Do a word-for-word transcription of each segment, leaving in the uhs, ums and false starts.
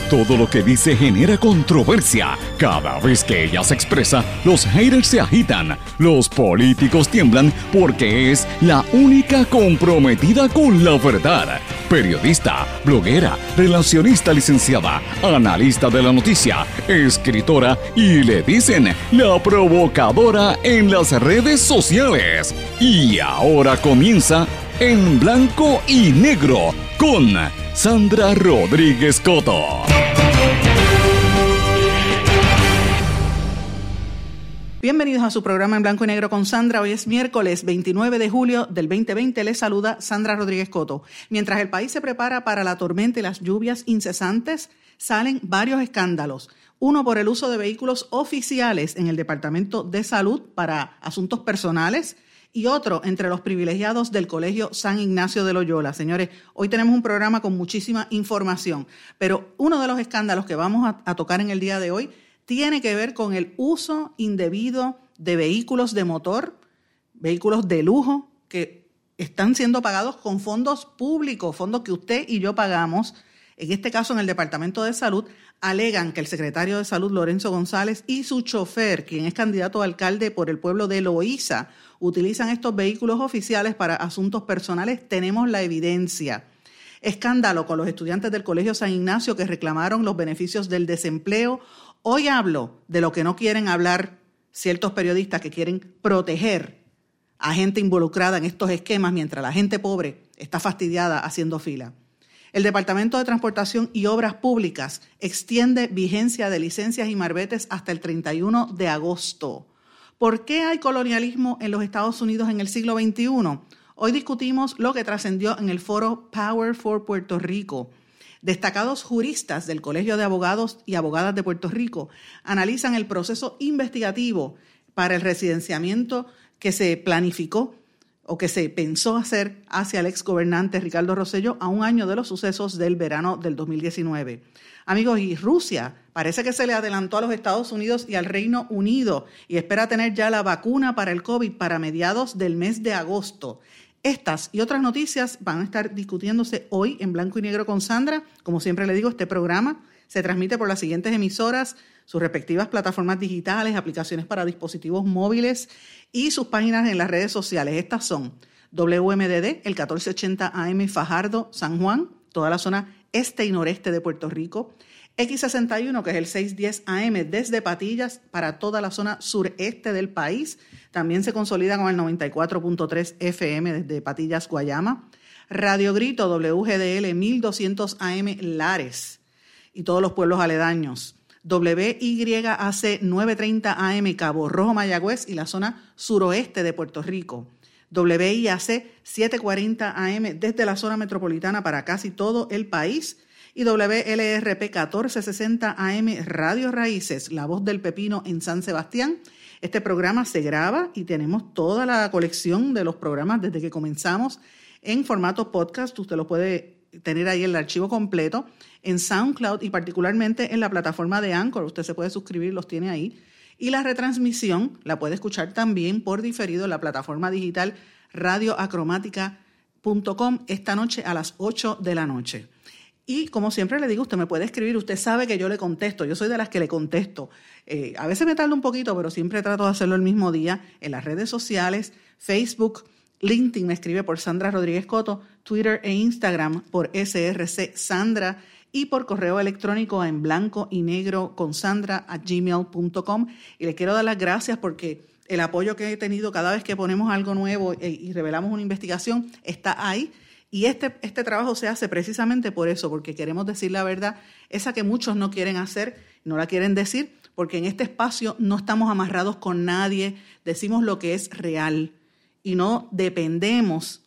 Todo lo que dice genera controversia. Cada vez que ella se expresa, los haters se agitan. Los políticos tiemblan porque es la única comprometida con la verdad. Periodista, bloguera, relacionista licenciada, analista de la noticia, escritora y le dicen la provocadora en las redes sociales. Y ahora comienza En Blanco y Negro con Sandra Rodríguez Coto. Bienvenidos a su programa En Blanco y Negro con Sandra. Hoy es miércoles veintinueve de julio del veinte veinte. Les saluda Sandra Rodríguez Coto. Mientras el país se prepara para la tormenta y las lluvias incesantes, salen varios escándalos. Uno por el uso de vehículos oficiales en el Departamento de Salud para asuntos personales y otro entre los privilegiados del Colegio San Ignacio de Loyola. Señores, hoy tenemos un programa con muchísima información, pero uno de los escándalos que vamos a, a tocar en el día de hoy tiene que ver con el uso indebido de vehículos de motor, vehículos de lujo que están siendo pagados con fondos públicos, fondos que usted y yo pagamos. En este caso, en el Departamento de Salud, alegan que el secretario de Salud, Lorenzo González, y su chofer, quien es candidato a alcalde por el pueblo de Loíza, utilizan estos vehículos oficiales para asuntos personales. Tenemos la evidencia. Escándalo con los estudiantes del Colegio San Ignacio que reclamaron los beneficios del desempleo. Hoy hablo de lo que no quieren hablar ciertos periodistas que quieren proteger a gente involucrada en estos esquemas mientras la gente pobre está fastidiada haciendo fila. El Departamento de Transportación y Obras Públicas extiende vigencia de licencias y marbetes hasta el treinta y uno de agosto. ¿Por qué hay colonialismo en los Estados Unidos en el siglo veintiuno? Hoy discutimos lo que trascendió en el foro Power for Puerto Rico. Destacados juristas del Colegio de Abogados y Abogadas de Puerto Rico analizan el proceso investigativo para el residenciamiento que se planificó o que se pensó hacer hacia el exgobernante Ricardo Rosselló a un año de los sucesos del verano del dos mil diecinueve. Amigos, y Rusia parece que se le adelantó a los Estados Unidos y al Reino Unido y espera tener ya la vacuna para el COVID para mediados del mes de agosto. Estas y otras noticias van a estar discutiéndose hoy en Blanco y Negro con Sandra. Como siempre le digo, este programa se transmite por las siguientes emisoras, sus respectivas plataformas digitales, aplicaciones para dispositivos móviles y sus páginas en las redes sociales. Estas son W M D D, el catorce ochenta A M Fajardo, San Juan, toda la zona este y noreste de Puerto Rico. X sesenta y uno, que es el seiscientos diez A M desde Patillas para toda la zona sureste del país. También se consolida con el noventa y cuatro punto tres F M desde Patillas, Guayama. Radio Grito W G D L mil doscientos A M Lares y todos los pueblos aledaños. W Y A C novecientos treinta A M Cabo Rojo, Mayagüez y la zona suroeste de Puerto Rico. W I A C setecientos cuarenta A M desde la zona metropolitana para casi todo el país. Y W L R P catorce sesenta A M Radio Raíces, La Voz del Pepino en San Sebastián. Este programa se graba y tenemos toda la colección de los programas desde que comenzamos en formato podcast. Usted lo puede tener ahí el archivo completo en SoundCloud y particularmente en la plataforma de Anchor. Usted se puede suscribir, los tiene ahí. Y la retransmisión la puede escuchar también por diferido en la plataforma digital radio acromática punto com esta noche a las ocho de la noche. Y como siempre le digo, usted me puede escribir, usted sabe que yo le contesto, yo soy de las que le contesto. Eh, a veces me tarda un poquito, pero siempre trato de hacerlo el mismo día en las redes sociales, Facebook, LinkedIn me escribe por Sandra Rodríguez Coto, Twitter e Instagram por S R C Sandra y por correo electrónico en blanco y negro con sandra a gmail punto com. Y le quiero dar las gracias porque el apoyo que he tenido cada vez que ponemos algo nuevo y revelamos una investigación está ahí. Y este, este trabajo se hace precisamente por eso, porque queremos decir la verdad, esa que muchos no quieren hacer, no la quieren decir, porque en este espacio no estamos amarrados con nadie, decimos lo que es real y no dependemos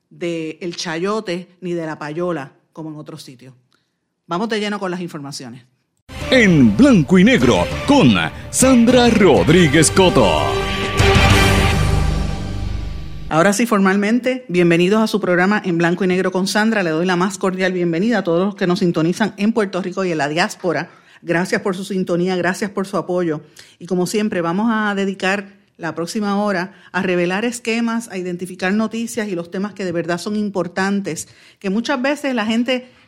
del chayote ni de la payola como en otros sitios. Vamos de lleno con las informaciones. En Blanco y Negro con Sandra Rodríguez Coto. Ahora sí, formalmente, bienvenidos a su programa En Blanco y Negro con Sandra. Le doy la más cordial bienvenida a todos los que nos sintonizan en Puerto Rico y en la diáspora. Gracias por su sintonía, gracias por su apoyo. Y como siempre, vamos a dedicar la próxima hora a revelar esquemas, a identificar noticias y los temas que de verdad son importantes, que muchas veces la gente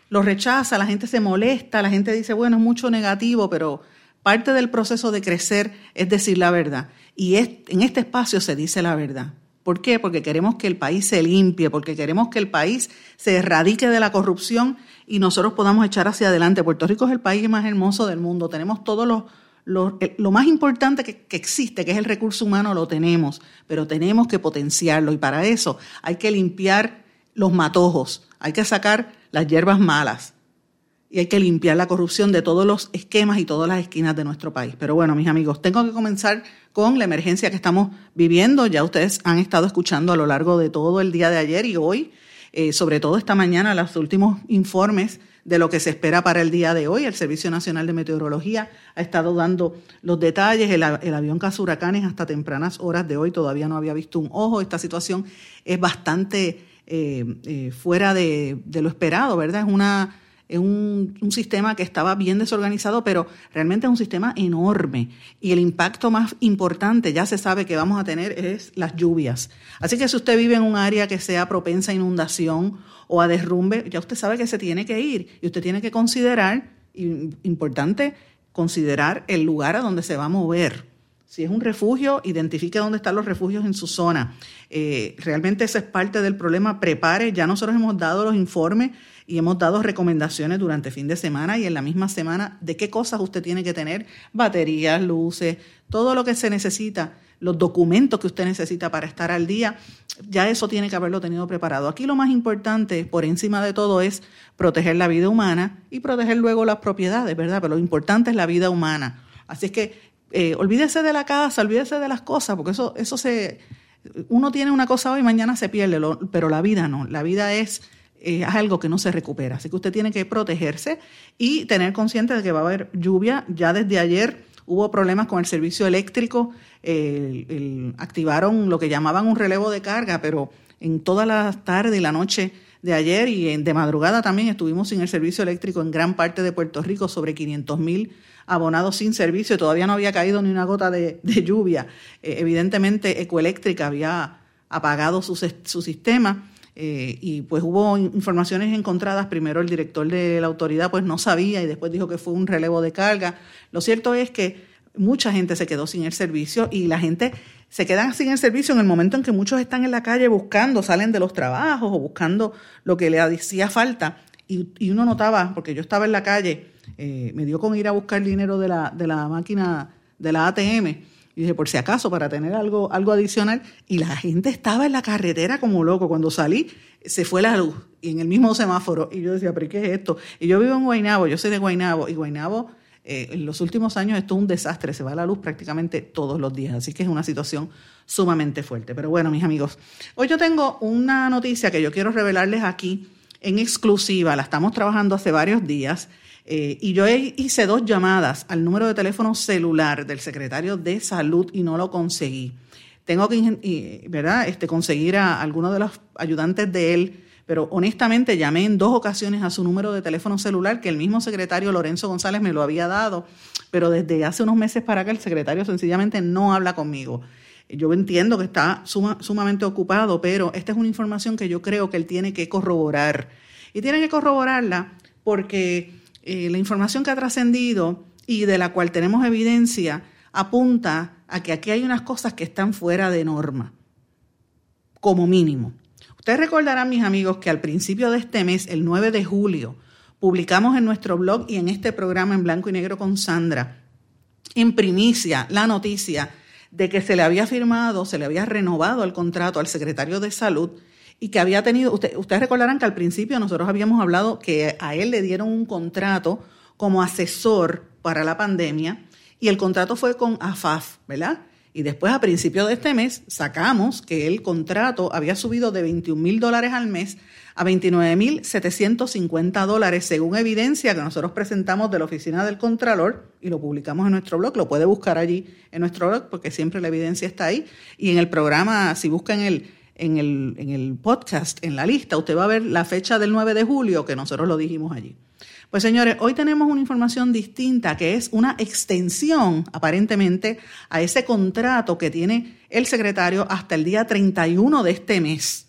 lo rechaza, la gente se molesta, la gente dice, bueno, es mucho negativo, pero parte del proceso de crecer es decir la verdad. Y es, en este espacio se dice la verdad. ¿Por qué? Porque queremos que el país se limpie, porque queremos que el país se erradique de la corrupción y nosotros podamos echar hacia adelante. Puerto Rico es el país más hermoso del mundo. Tenemos todos los, los lo más importante que, que existe, que es el recurso humano, lo tenemos, pero tenemos que potenciarlo y para eso hay que limpiar los matojos, hay que sacar las hierbas malas y hay que limpiar la corrupción de todos los esquemas y todas las esquinas de nuestro país. Pero bueno, mis amigos, tengo que comenzar con la emergencia que estamos viviendo. Ya ustedes han estado escuchando a lo largo de todo el día de ayer y hoy, eh, sobre todo esta mañana, los últimos informes de lo que se espera para el día de hoy. El Servicio Nacional de Meteorología ha estado dando los detalles. El, el avión cazahuracanes hasta tempranas horas de hoy todavía no había visto un ojo. Esta situación es bastante eh, eh, fuera de, de lo esperado, ¿verdad? Es una... Es un, un sistema que estaba bien desorganizado, pero realmente es un sistema enorme. Y el impacto más importante, ya se sabe que vamos a tener, es las lluvias. Así que si usted vive en un área que sea propensa a inundación o a derrumbe, ya usted sabe que se tiene que ir. Y usted tiene que considerar, importante, considerar el lugar a donde se va a mover. Si es un refugio, identifique dónde están los refugios en su zona. Eh, realmente ese es parte del problema. Prepare, ya nosotros hemos dado los informes y hemos dado recomendaciones durante fin de semana y en la misma semana de qué cosas usted tiene que tener, baterías, luces, todo lo que se necesita, los documentos que usted necesita para estar al día, ya eso tiene que haberlo tenido preparado. Aquí lo más importante, por encima de todo, es proteger la vida humana y proteger luego las propiedades, ¿verdad? Pero lo importante es la vida humana. Así es que eh, olvídese de la casa, olvídese de las cosas, porque eso, eso se... Uno tiene una cosa hoy y mañana se pierde, lo, pero la vida no. La vida es... es algo que no se recupera, así que usted tiene que protegerse y tener consciente de que va a haber lluvia. Ya desde ayer hubo problemas con el servicio eléctrico, eh, el, activaron lo que llamaban un relevo de carga, pero en toda la tarde y la noche de ayer y en, de madrugada también estuvimos sin el servicio eléctrico en gran parte de Puerto Rico, sobre quinientos mil abonados sin servicio y todavía no había caído ni una gota de, de lluvia. Eh, evidentemente Ecoeléctrica había apagado su, su sistema. Eh, y pues hubo informaciones encontradas. Primero el director de la autoridad pues no sabía y después dijo que fue un relevo de carga. Lo cierto es que mucha gente se quedó sin el servicio y la gente se queda sin el servicio en el momento en que muchos están en la calle buscando, salen de los trabajos o buscando lo que le hacía falta. Y, y uno notaba, porque yo estaba en la calle, eh, me dio con ir a buscar dinero de la, de la máquina de la A T M. Y dije, por si acaso, para tener algo, algo adicional. Y la gente estaba en la carretera como loco. Cuando salí, se fue la luz. Y en el mismo semáforo. Y yo decía, ¿pero qué es esto? Y yo vivo en Guaynabo, yo soy de Guaynabo. Y Guaynabo, eh, en los últimos años, esto es un desastre. Se va la luz prácticamente todos los días. Así que es una situación sumamente fuerte. Pero bueno, mis amigos, hoy yo tengo una noticia que yo quiero revelarles aquí en exclusiva. La estamos trabajando hace varios días. Eh, y yo hice dos llamadas al número de teléfono celular del secretario de Salud y no lo conseguí. Tengo que ¿verdad? Este, conseguir a alguno de los ayudantes de él, pero honestamente llamé en dos ocasiones a su número de teléfono celular, que el mismo secretario Lorenzo González me lo había dado, pero desde hace unos meses para acá el secretario sencillamente no habla conmigo. Yo entiendo que está suma, sumamente ocupado, pero esta es una información que yo creo que él tiene que corroborar. Y tiene que corroborarla porque Eh, la información que ha trascendido y de la cual tenemos evidencia apunta a que aquí hay unas cosas que están fuera de norma, como mínimo. Ustedes recordarán, mis amigos, que al principio de este mes, el nueve de julio, publicamos en nuestro blog y en este programa en Blanco y Negro con Sandra, en primicia, la noticia de que se le había firmado, se le había renovado el contrato al secretario de Salud y que había tenido, usted, ustedes recordarán que al principio nosotros habíamos hablado que a él le dieron un contrato como asesor para la pandemia y el contrato fue con A F A F, ¿verdad? Y después a principios de este mes sacamos que el contrato había subido de veintiún mil dólares al mes a veintinueve mil setecientos cincuenta dólares, según evidencia que nosotros presentamos de la Oficina del Contralor y lo publicamos en nuestro blog. Lo puede buscar allí en nuestro blog porque siempre la evidencia está ahí. Y en el programa, si busca en el En el, en el podcast, en la lista, usted va a ver la fecha del nueve de julio que nosotros lo dijimos allí. Pues señores, hoy tenemos una información distinta que es una extensión aparentemente a ese contrato que tiene el secretario hasta el día treinta y uno de este mes.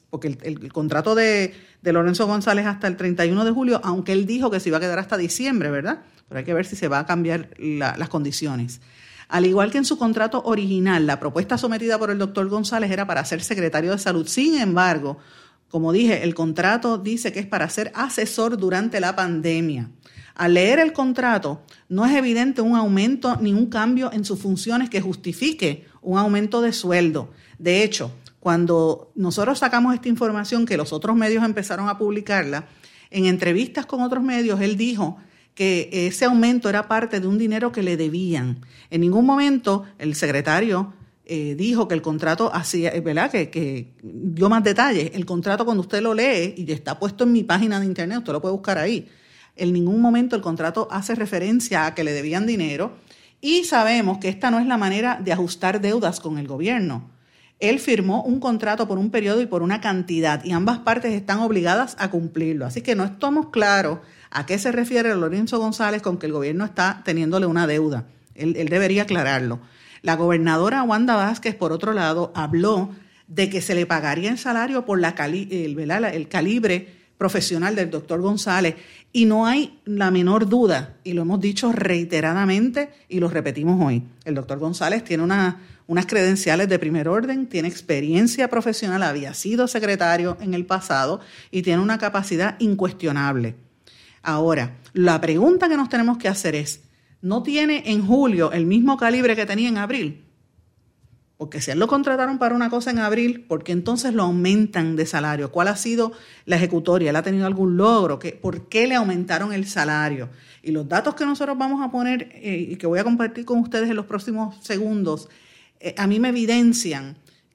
porque el, el, el contrato de, de Lorenzo González hasta el treinta y uno de julio, aunque él dijo que se iba a quedar hasta diciembre, ¿verdad? Pero hay que ver si se va a cambiar la, las condiciones. Al igual que en su contrato original, la propuesta sometida por el doctor González era para ser secretario de Salud. Sin embargo, como dije, el contrato dice que es para ser asesor durante la pandemia. Al leer el contrato, no es evidente un aumento ni un cambio en sus funciones que justifique un aumento de sueldo. De hecho, cuando nosotros sacamos esta información, que los otros medios empezaron a publicarla, en entrevistas con otros medios, él dijo que ese aumento era parte de un dinero que le debían. En ningún momento el secretario eh, dijo que el contrato hacía, ¿verdad? Que, que dio más detalles. El contrato, cuando usted lo lee, y está puesto en mi página de internet, usted lo puede buscar ahí, en ningún momento el contrato hace referencia a que le debían dinero, y sabemos que esta no es la manera de ajustar deudas con el gobierno. Él firmó un contrato por un periodo y por una cantidad, y ambas partes están obligadas a cumplirlo. Así que no estamos claros a qué se refiere Lorenzo González con que el gobierno está teniéndole una deuda. Él, él debería aclararlo. La gobernadora Wanda Vázquez, por otro lado, habló de que se le pagaría el salario por la cali, el, ¿verdad? el calibre profesional del doctor González, y no hay la menor duda, y lo hemos dicho reiteradamente y lo repetimos hoy. El doctor González tiene una, unas credenciales de primer orden, tiene experiencia profesional, había sido secretario en el pasado y tiene una capacidad incuestionable. Ahora, la pregunta que nos tenemos que hacer es, ¿no tiene en julio el mismo calibre que tenía en abril? Porque si él lo contrataron para una cosa en abril, ¿por qué entonces lo aumentan de salario? ¿Cuál ha sido la ejecutoria? ¿Él ha tenido algún logro? ¿Qué, ¿Por qué le aumentaron el salario? Y los datos que nosotros vamos a poner eh, y que voy a compartir con ustedes en los próximos segundos, eh, a mí me evidencian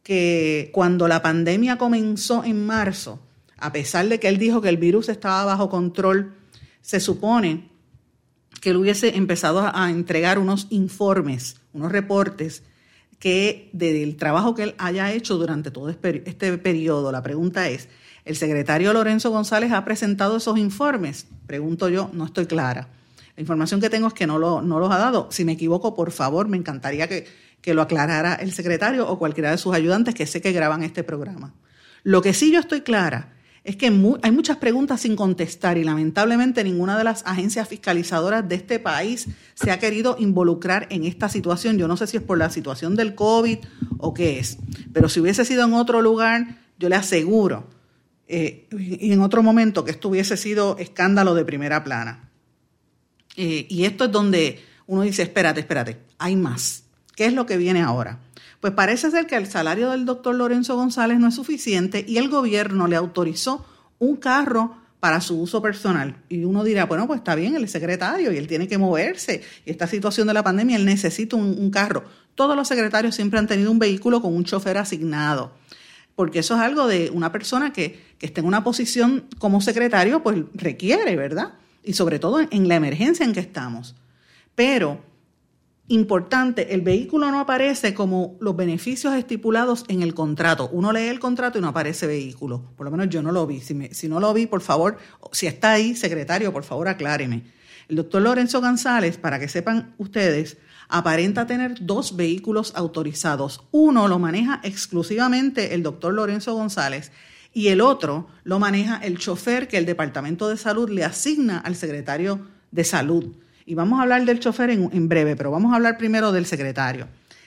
que cuando la pandemia comenzó en marzo, a pesar de que él dijo que el virus estaba bajo control, se supone que él hubiese empezado a, a entregar unos informes, unos reportes, que del trabajo que él haya hecho durante todo este periodo. La pregunta es, ¿el secretario Lorenzo González ha presentado esos informes? Pregunto yo, no estoy clara. La información que tengo es que no, lo, no los ha dado. Si me equivoco, por favor, me encantaría que, que lo aclarara el secretario o cualquiera de sus ayudantes que sé que graban este programa. Lo que sí yo estoy clara es que mu- hay muchas preguntas sin contestar y lamentablemente ninguna de las agencias fiscalizadoras de este país se ha querido involucrar en esta situación. Yo no sé si es por la situación del COVID o qué es, pero si hubiese sido en otro lugar, yo le aseguro, eh, y en otro momento, que esto hubiese sido escándalo de primera plana. Eh, y esto es donde uno dice, espérate, espérate, hay más. ¿Qué es lo que viene ahora? Pues parece ser que el salario del doctor Lorenzo González no es suficiente y el gobierno le autorizó un carro para su uso personal. Y uno dirá, bueno, pues está bien, él es secretario y él tiene que moverse. Y esta situación de la pandemia, él necesita un, un carro. Todos los secretarios siempre han tenido un vehículo con un chofer asignado, porque eso es algo de una persona que, que esté en una posición como secretario, pues requiere, ¿verdad? Y sobre todo en la emergencia en que estamos. Pero importante, el vehículo no aparece como los beneficios estipulados en el contrato. Uno lee el contrato y no aparece vehículo. Por lo menos yo no lo vi. Si, me, si no lo vi, por favor, si está ahí, secretario, por favor, acláreme. El doctor Lorenzo González, para que sepan ustedes, aparenta tener dos vehículos autorizados. Uno lo maneja exclusivamente el doctor Lorenzo González y el otro lo maneja el chofer que el Departamento de Salud le asigna al secretario de Salud. Y vamos a hablar del chofer en, en breve, pero vamos a hablar primero del secretario.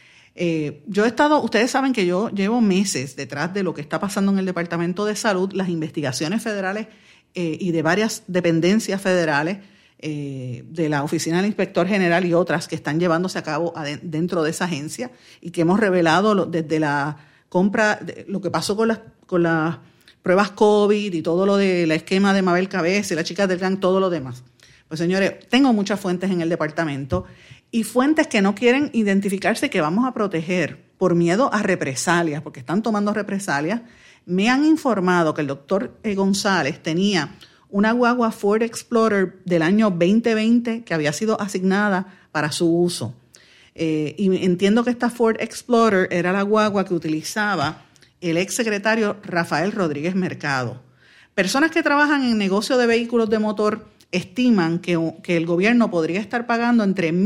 Eh, yo he estado, ustedes saben que yo llevo meses detrás de lo que está pasando en el Departamento de Salud, las investigaciones federales eh, y de varias dependencias federales, eh, de la Oficina del Inspector General y otras que están llevándose a cabo adent- dentro de esa agencia y que hemos revelado lo, desde la compra, de, lo que pasó con las, con las pruebas COVID y todo lo del esquema de Mabel Cabeza y las chicas del gang, todo lo demás. Pues señores, tengo muchas fuentes en el departamento y fuentes que no quieren identificarse, que vamos a proteger por miedo a represalias, porque están tomando represalias. Me han informado que el doctor González tenía una guagua Ford Explorer del año veinte veinte que había sido asignada para su uso. Eh, y entiendo que esta Ford Explorer era la guagua que utilizaba el exsecretario Rafael Rodríguez Mercado. Personas que trabajan en negocio de vehículos de motor estiman que, que el gobierno podría estar pagando entre mil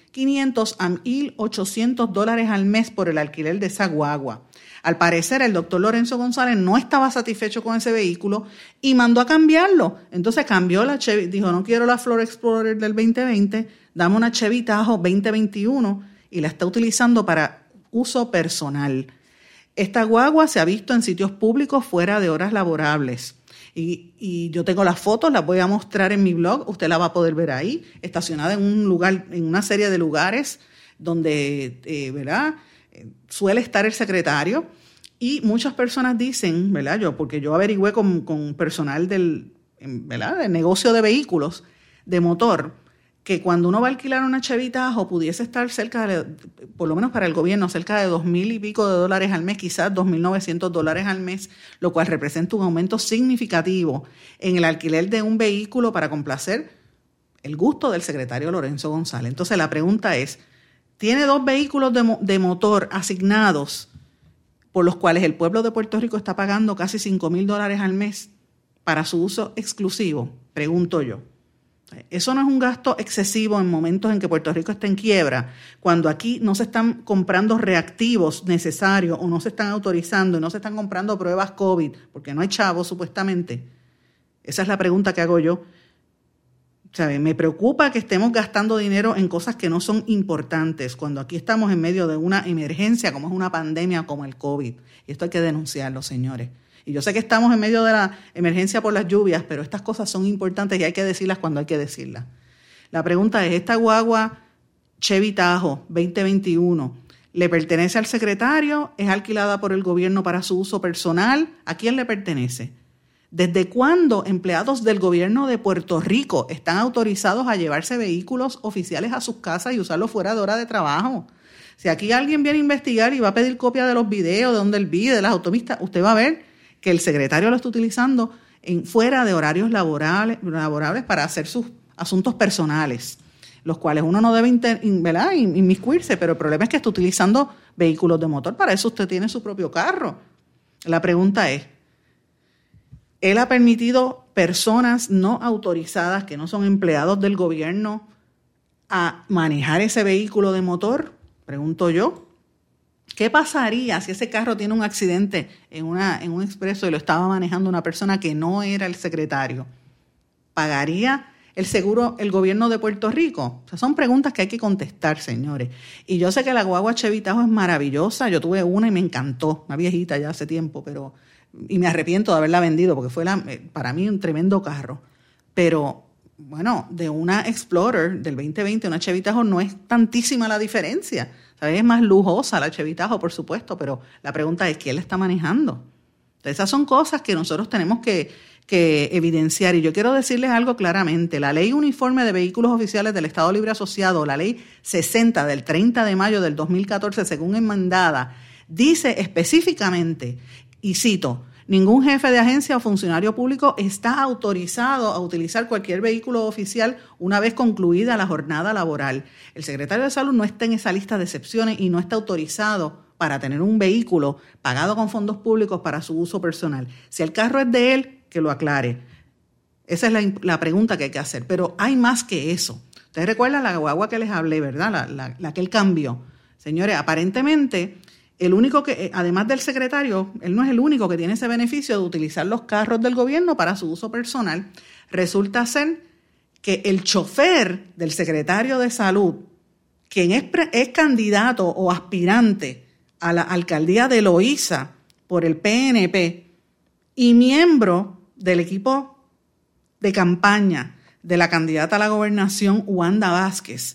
quinientos a mil ochocientos dólares al mes por el alquiler de esa guagua. Al parecer, el doctor Lorenzo González no estaba satisfecho con ese vehículo y mandó a cambiarlo. Entonces cambió la Chevy, dijo, no quiero la Ford Explorer del veinte veinte, dame una Chevy Tahoe veinte veintiuno y la está utilizando para uso personal. Esta guagua se ha visto en sitios públicos fuera de horas laborables. Y, y yo tengo las fotos, las voy a mostrar en mi blog, usted la va a poder ver ahí, estacionada en un lugar, en una serie de lugares donde, eh, ¿verdad?, suele estar el secretario. Y muchas personas dicen, ¿verdad?, yo, porque yo averigüé con, con personal del, ¿verdad?, del negocio de vehículos de motor, que cuando uno va a alquilar una Chevy Tahoe pudiese estar cerca de, por lo menos para el gobierno, cerca de dos mil y pico de dólares al mes, quizás dos mil novecientos dólares al mes, lo cual representa un aumento significativo en el alquiler de un vehículo para complacer el gusto del secretario Lorenzo González. Entonces la pregunta es, ¿tiene dos vehículos de, de motor asignados por los cuales el pueblo de Puerto Rico está pagando casi cinco mil dólares al mes para su uso exclusivo? Pregunto yo. Eso no es un gasto excesivo en momentos en que Puerto Rico está en quiebra, cuando aquí no se están comprando reactivos necesarios o no se están autorizando y no se están comprando pruebas COVID, porque no hay chavos supuestamente. Esa es la pregunta que hago yo. ¿Sabe? Me preocupa que estemos gastando dinero en cosas que no son importantes, cuando aquí estamos en medio de una emergencia como es una pandemia como el COVID. Y esto hay que denunciarlo, señores. Y yo sé que estamos en medio de la emergencia por las lluvias, pero estas cosas son importantes y hay que decirlas cuando hay que decirlas. La pregunta es, ¿esta guagua Chevy Tahoe veinte veintiuno le pertenece al secretario? ¿Es alquilada por el gobierno para su uso personal? ¿A quién le pertenece? ¿Desde cuándo empleados del gobierno de Puerto Rico están autorizados a llevarse vehículos oficiales a sus casas y usarlos fuera de hora de trabajo? Si aquí alguien viene a investigar y va a pedir copia de los videos, de donde él vive, de las autopistas, usted va a ver que el secretario lo está utilizando en, fuera de horarios laborables, laborables para hacer sus asuntos personales, los cuales uno no debe inter, ¿verdad?, inmiscuirse, pero el problema es que está utilizando vehículos de motor. Para eso usted tiene su propio carro. La pregunta es, ¿él ha permitido personas no autorizadas, que no son empleados del gobierno, a manejar ese vehículo de motor? Pregunto yo. ¿Qué pasaría si ese carro tiene un accidente en, una, en un expreso y lo estaba manejando una persona que no era el secretario? ¿Pagaría el seguro el gobierno de Puerto Rico? O sea, son preguntas que hay que contestar, señores. Y yo sé que la guagua Chevy Tahoe es maravillosa. Yo tuve una y me encantó, una viejita ya hace tiempo, pero y me arrepiento de haberla vendido porque fue la, para mí un tremendo carro. Pero, bueno, de una Explorer del veinte veinte, una Chevy Tahoe, no es tantísima la diferencia. ¿Sabes? Es más lujosa la Chevy Tahoe, por supuesto, pero la pregunta es, ¿quién la está manejando? Entonces, esas son cosas que nosotros tenemos que, que evidenciar. Y yo quiero decirles algo claramente. La Ley Uniforme de Vehículos Oficiales del Estado Libre Asociado, la Ley sesenta del treinta de mayo del dos mil catorce, según enmendada, dice específicamente, y cito, ningún jefe de agencia o funcionario público está autorizado a utilizar cualquier vehículo oficial una vez concluida la jornada laboral. El secretario de Salud no está en esa lista de excepciones y no está autorizado para tener un vehículo pagado con fondos públicos para su uso personal. Si el carro es de él, que lo aclare. Esa es la, la pregunta que hay que hacer. Pero hay más que eso. Ustedes recuerdan la guagua que les hablé, ¿verdad? La, la, la que él cambió. Señores, aparentemente, el único que, además del secretario, él no es el único que tiene ese beneficio de utilizar los carros del gobierno para su uso personal. Resulta ser que el chofer del secretario de Salud, quien es, es candidato o aspirante a la alcaldía de Loíza por el P N P y miembro del equipo de campaña de la candidata a la gobernación, Wanda Vázquez,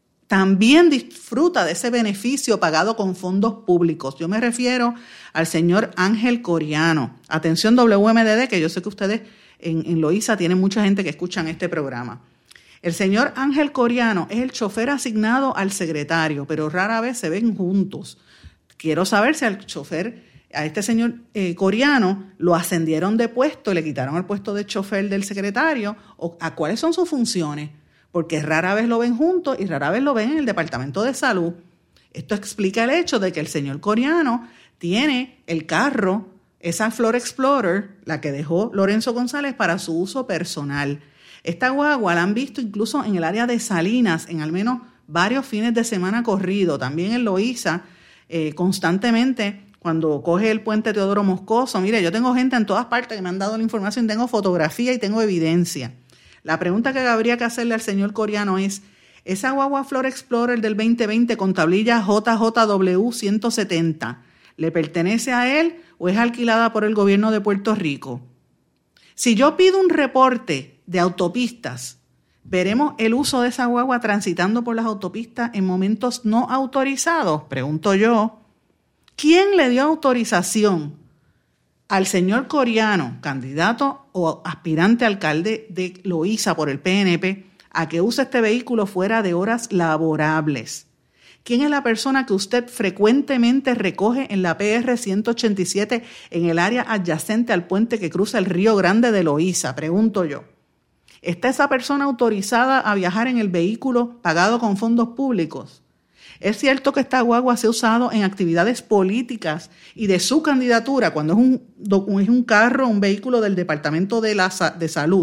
también disfruta de ese beneficio pagado con fondos públicos. Yo me refiero al señor Ángel Coriano. Atención W M D D, que yo sé que ustedes en, en Loíza tienen mucha gente que escuchan este programa. El señor Ángel Coriano es el chofer asignado al secretario, pero rara vez se ven juntos. Quiero saber si al chofer, a este señor eh, Coriano, lo ascendieron de puesto, le quitaron el puesto de chofer del secretario, o a cuáles son sus funciones. Porque rara vez lo ven juntos y rara vez lo ven en el Departamento de Salud. Esto explica el hecho de que el señor Coriano tiene el carro, esa Ford Explorer, la que dejó Lorenzo González para su uso personal. Esta guagua la han visto incluso en el área de Salinas, en al menos varios fines de semana corrido. También en Loíza, eh, constantemente, cuando coge el puente Teodoro Moscoso, mire, yo tengo gente en todas partes que me han dado la información, tengo fotografía y tengo evidencia. La pregunta que habría que hacerle al señor Coriano es, ¿esa guagua Ford Explorer del veinte veinte con tablilla J J W ciento setenta le pertenece a él o es alquilada por el gobierno de Puerto Rico? Si yo pido un reporte de autopistas, ¿veremos el uso de esa guagua transitando por las autopistas en momentos no autorizados? Pregunto yo. ¿Quién le dio autorización al señor Coriano, candidato o aspirante alcalde de Loíza por el P N P, a que use este vehículo fuera de horas laborables? ¿Quién es la persona que usted frecuentemente recoge en la P R ciento ochenta y siete en el área adyacente al puente que cruza el Río Grande de Loíza? Pregunto yo. ¿Está esa persona autorizada a viajar en el vehículo pagado con fondos públicos? ¿Es cierto que esta guagua se ha usado en actividades políticas y de su candidatura cuando es un, es un carro, un vehículo del Departamento de, la, de Salud?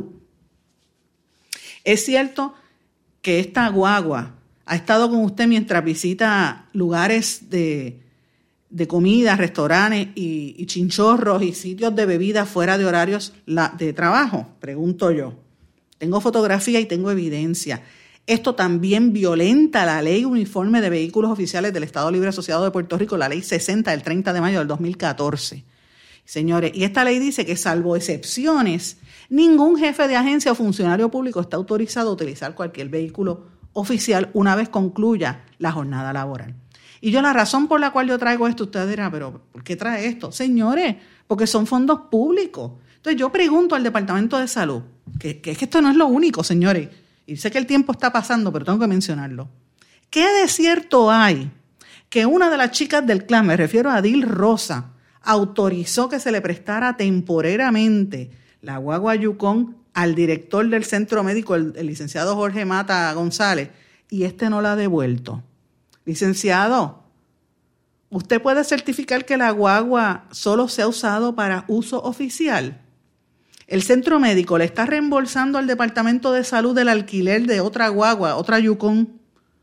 ¿Es cierto que esta guagua ha estado con usted mientras visita lugares de, de comida, restaurantes y, y chinchorros y sitios de bebida fuera de horarios de trabajo? Pregunto yo. Tengo fotografía y tengo evidencia. Esto también violenta la Ley Uniforme de Vehículos Oficiales del Estado Libre Asociado de Puerto Rico, la Ley sesenta del treinta de mayo del dos mil catorce. Señores, y esta ley dice que salvo excepciones, ningún jefe de agencia o funcionario público está autorizado a utilizar cualquier vehículo oficial una vez concluya la jornada laboral. Y yo la razón por la cual yo traigo esto, usted dirá, pero ¿por qué trae esto? Señores, porque son fondos públicos. Entonces yo pregunto al Departamento de Salud, que, que es que esto no es lo único, señores, y sé que el tiempo está pasando, pero tengo que mencionarlo. ¿Qué de cierto hay que una de las chicas del clan, me refiero a Adil Rosa, autorizó que se le prestara temporeramente la guagua Yukon al director del centro médico, el, el licenciado Jorge Mata González, y este no la ha devuelto? Licenciado, ¿usted puede certificar que la guagua solo se ha usado para uso oficial? El centro médico le está reembolsando al Departamento de Salud el alquiler de otra guagua, otra Yukon,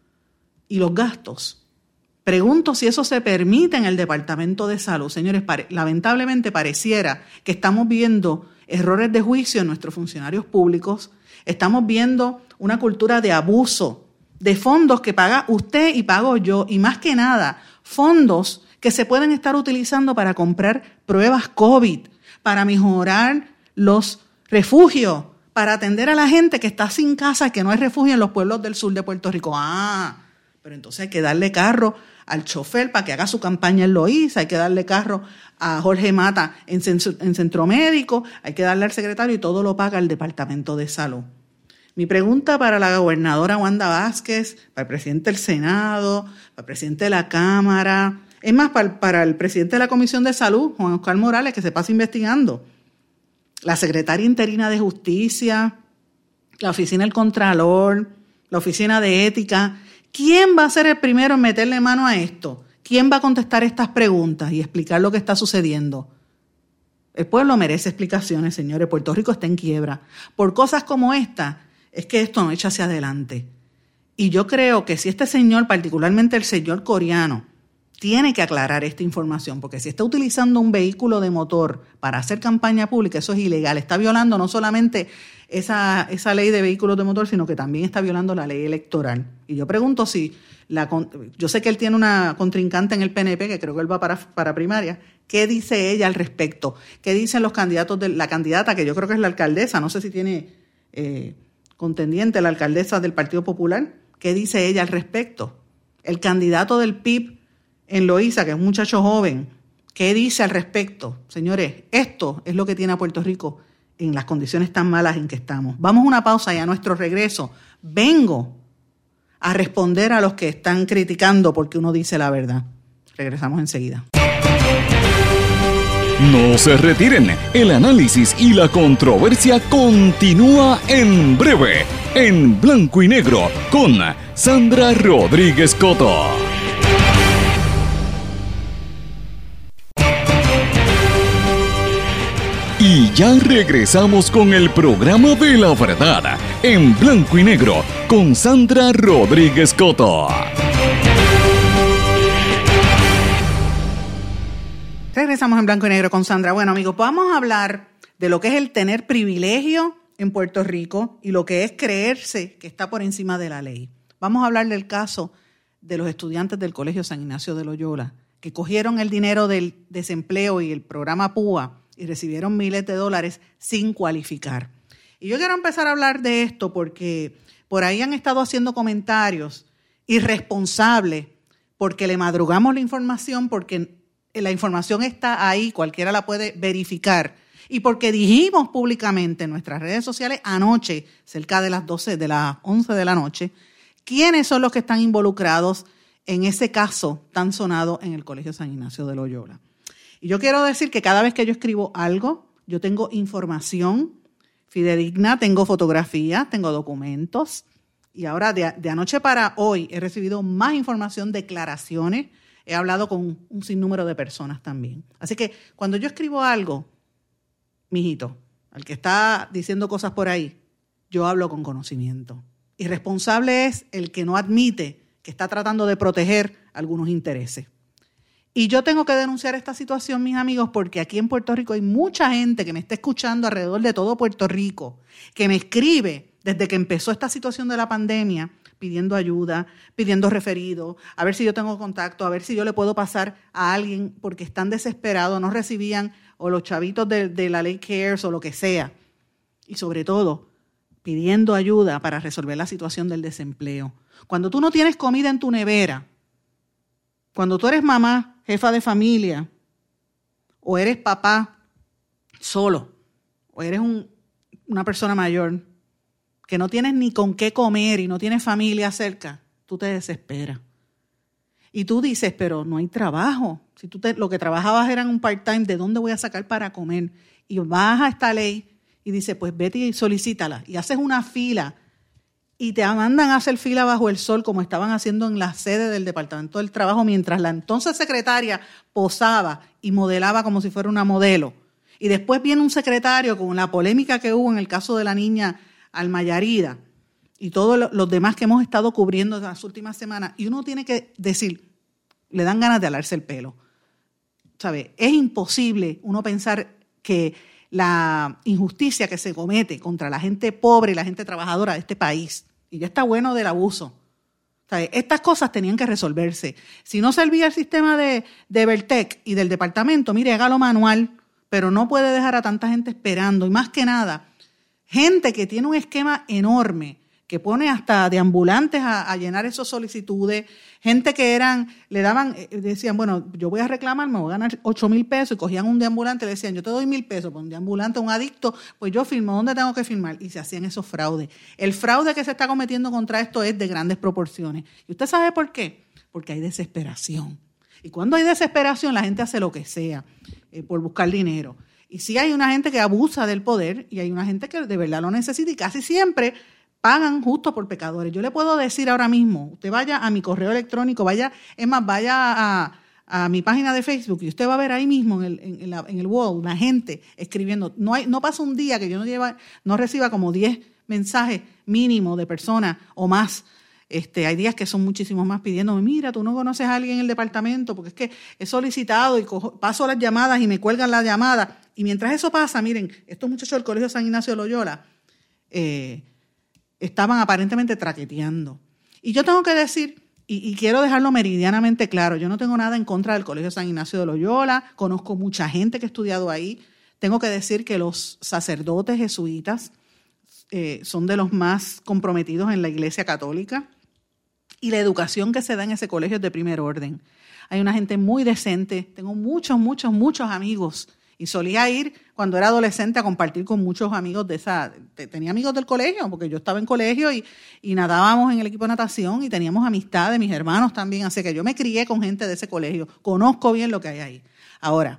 y los gastos. Pregunto si eso se permite en el Departamento de Salud. Señores, pare- lamentablemente pareciera que estamos viendo errores de juicio en nuestros funcionarios públicos. Estamos viendo una cultura de abuso de fondos que paga usted y pago yo, y más que nada, fondos que se pueden estar utilizando para comprar pruebas COVID, para mejorar los refugios, para atender a la gente que está sin casa y que no hay refugio en los pueblos del sur de Puerto Rico. Ah, pero entonces hay que darle carro al chofer para que haga su campaña en Loíza, hay que darle carro a Jorge Mata en, en Centro Médico, hay que darle al secretario y todo lo paga el Departamento de Salud. Mi pregunta para la gobernadora Wanda Vázquez, para el presidente del Senado, para el presidente de la Cámara, es más, para, para el presidente de la Comisión de Salud, Juan Oscar Morales, que se pasa investigando, la secretaria interina de Justicia, la oficina del Contralor, la oficina de Ética. ¿Quién va a ser el primero en meterle mano a esto? ¿Quién va a contestar estas preguntas y explicar lo que está sucediendo? El pueblo merece explicaciones, señores. Puerto Rico está en quiebra. Por cosas como esta, es que esto no echa hacia adelante. Y yo creo que si este señor, particularmente el señor Coriano, tiene que aclarar esta información, porque si está utilizando un vehículo de motor para hacer campaña pública, eso es ilegal. Está violando no solamente esa, esa ley de vehículos de motor, sino que también está violando la ley electoral. Y yo pregunto si, la, yo sé que él tiene una contrincante en el P N P, que creo que él va para, para primaria, ¿qué dice ella al respecto? ¿Qué dicen los candidatos de la candidata, que yo creo que es la alcaldesa, no sé si tiene eh, contendiente, la alcaldesa del Partido Popular? ¿Qué dice ella al respecto? El candidato del P I B en Loíza, que es un muchacho joven, ¿qué dice al respecto? Señores, esto es lo que tiene a Puerto Rico en las condiciones tan malas en que estamos. Vamos a una pausa y a nuestro regreso vengo a responder a los que están criticando porque uno dice la verdad. Regresamos enseguida. No se retiren, el análisis y la controversia continúa en breve, en Blanco y Negro, con Sandra Rodríguez Coto. Y ya regresamos con el programa de la verdad, en Blanco y Negro, con Sandra Rodríguez Coto. Regresamos en Blanco y Negro con Sandra. Bueno, amigos, vamos a hablar de lo que es el tener privilegio en Puerto Rico y lo que es creerse que está por encima de la ley. Vamos a hablar del caso de los estudiantes del Colegio San Ignacio de Loyola, que cogieron el dinero del desempleo y el programa P U A y recibieron miles de dólares sin cualificar. Y yo quiero empezar a hablar de esto porque por ahí han estado haciendo comentarios irresponsables porque le madrugamos la información, porque la información está ahí, cualquiera la puede verificar, y porque dijimos públicamente en nuestras redes sociales anoche, cerca de las doce, de las once de la noche, quiénes son los que están involucrados en ese caso tan sonado en el Colegio San Ignacio de Loyola. Y yo quiero decir que cada vez que yo escribo algo, yo tengo información fidedigna, tengo fotografías, tengo documentos, y ahora de, de anoche para hoy he recibido más información, declaraciones, he hablado con un sinnúmero de personas también. Así que cuando yo escribo algo, mijito, al que está diciendo cosas por ahí, yo hablo con conocimiento. Irresponsable es el que no admite que está tratando de proteger algunos intereses. Y yo tengo que denunciar esta situación, mis amigos, porque aquí en Puerto Rico hay mucha gente que me está escuchando alrededor de todo Puerto Rico, que me escribe desde que empezó esta situación de la pandemia, pidiendo ayuda, pidiendo referido, a ver si yo tengo contacto, a ver si yo le puedo pasar a alguien porque están desesperados, no recibían o los chavitos de, de la ley CARES o lo que sea. Y sobre todo, pidiendo ayuda para resolver la situación del desempleo. Cuando tú no tienes comida en tu nevera, cuando tú eres mamá, jefa de familia, o eres papá solo, o eres un, una persona mayor, que no tienes ni con qué comer y no tienes familia cerca, tú te desesperas. Y tú dices, pero no hay trabajo. Si tú te, lo que trabajabas era un part-time, ¿de dónde voy a sacar para comer? Y vas a esta ley y dices, pues vete y solicítala. Y haces una fila y te mandan a hacer fila bajo el sol como estaban haciendo en la sede del Departamento del Trabajo mientras la entonces secretaria posaba y modelaba como si fuera una modelo. Y después viene un secretario con la polémica que hubo en el caso de la niña Almayarida y todos los demás que hemos estado cubriendo en las últimas semanas, y uno tiene que decir, le dan ganas de alarse el pelo. ¿Sabe? Es imposible uno pensar que la injusticia que se comete contra la gente pobre y la gente trabajadora de este país, y ya está bueno del abuso. ¿Sabe? Estas cosas tenían que resolverse. Si no servía el sistema de, de Beltec y del departamento, mire, hágalo manual, pero no puede dejar a tanta gente esperando. Y más que nada, gente que tiene un esquema enorme, que pone hasta de ambulantes a, a llenar esas solicitudes, gente que eran, le daban, decían, bueno, yo voy a reclamar, me voy a ganar ocho mil pesos, y cogían un deambulante y le decían, yo te doy mil pesos, pues un deambulante, un adicto, pues yo firmo, ¿dónde tengo que firmar? Y se hacían esos fraudes. El fraude que se está cometiendo contra esto es de grandes proporciones. ¿Y usted sabe por qué? Porque hay desesperación. Y cuando hay desesperación, la gente hace lo que sea eh, por buscar dinero. Y sí hay una gente que abusa del poder y hay una gente que de verdad lo necesita, y casi siempre pagan justo por pecadores. Yo le puedo decir ahora mismo, usted vaya a mi correo electrónico, vaya, es más, vaya a, a mi página de Facebook y usted va a ver ahí mismo en el, en, en la, en el wall la gente escribiendo. No hay, no pasa un día que yo no, lleva, no reciba como diez mensajes mínimo de personas o más. Este, hay días que son muchísimos más pidiéndome, mira, tú no conoces a alguien en el departamento, porque es que he solicitado y cojo, paso las llamadas y me cuelgan la llamada. Y mientras eso pasa, miren, estos muchachos del Colegio San Ignacio de Loyola eh, estaban aparentemente traqueteando. Y yo tengo que decir, y, y quiero dejarlo meridianamente claro, yo no tengo nada en contra del Colegio San Ignacio de Loyola, conozco mucha gente que ha estudiado ahí. Tengo que decir que los sacerdotes jesuitas eh, son de los más comprometidos en la Iglesia Católica, y la educación que se da en ese colegio es de primer orden. Hay una gente muy decente, tengo muchos, muchos, muchos amigos, y solía ir cuando era adolescente a compartir con muchos amigos de esa, tenía amigos del colegio, porque yo estaba en colegio y, y nadábamos en el equipo de natación y teníamos amistades, mis hermanos también, así que yo me crié con gente de ese colegio, conozco bien lo que hay ahí. Ahora,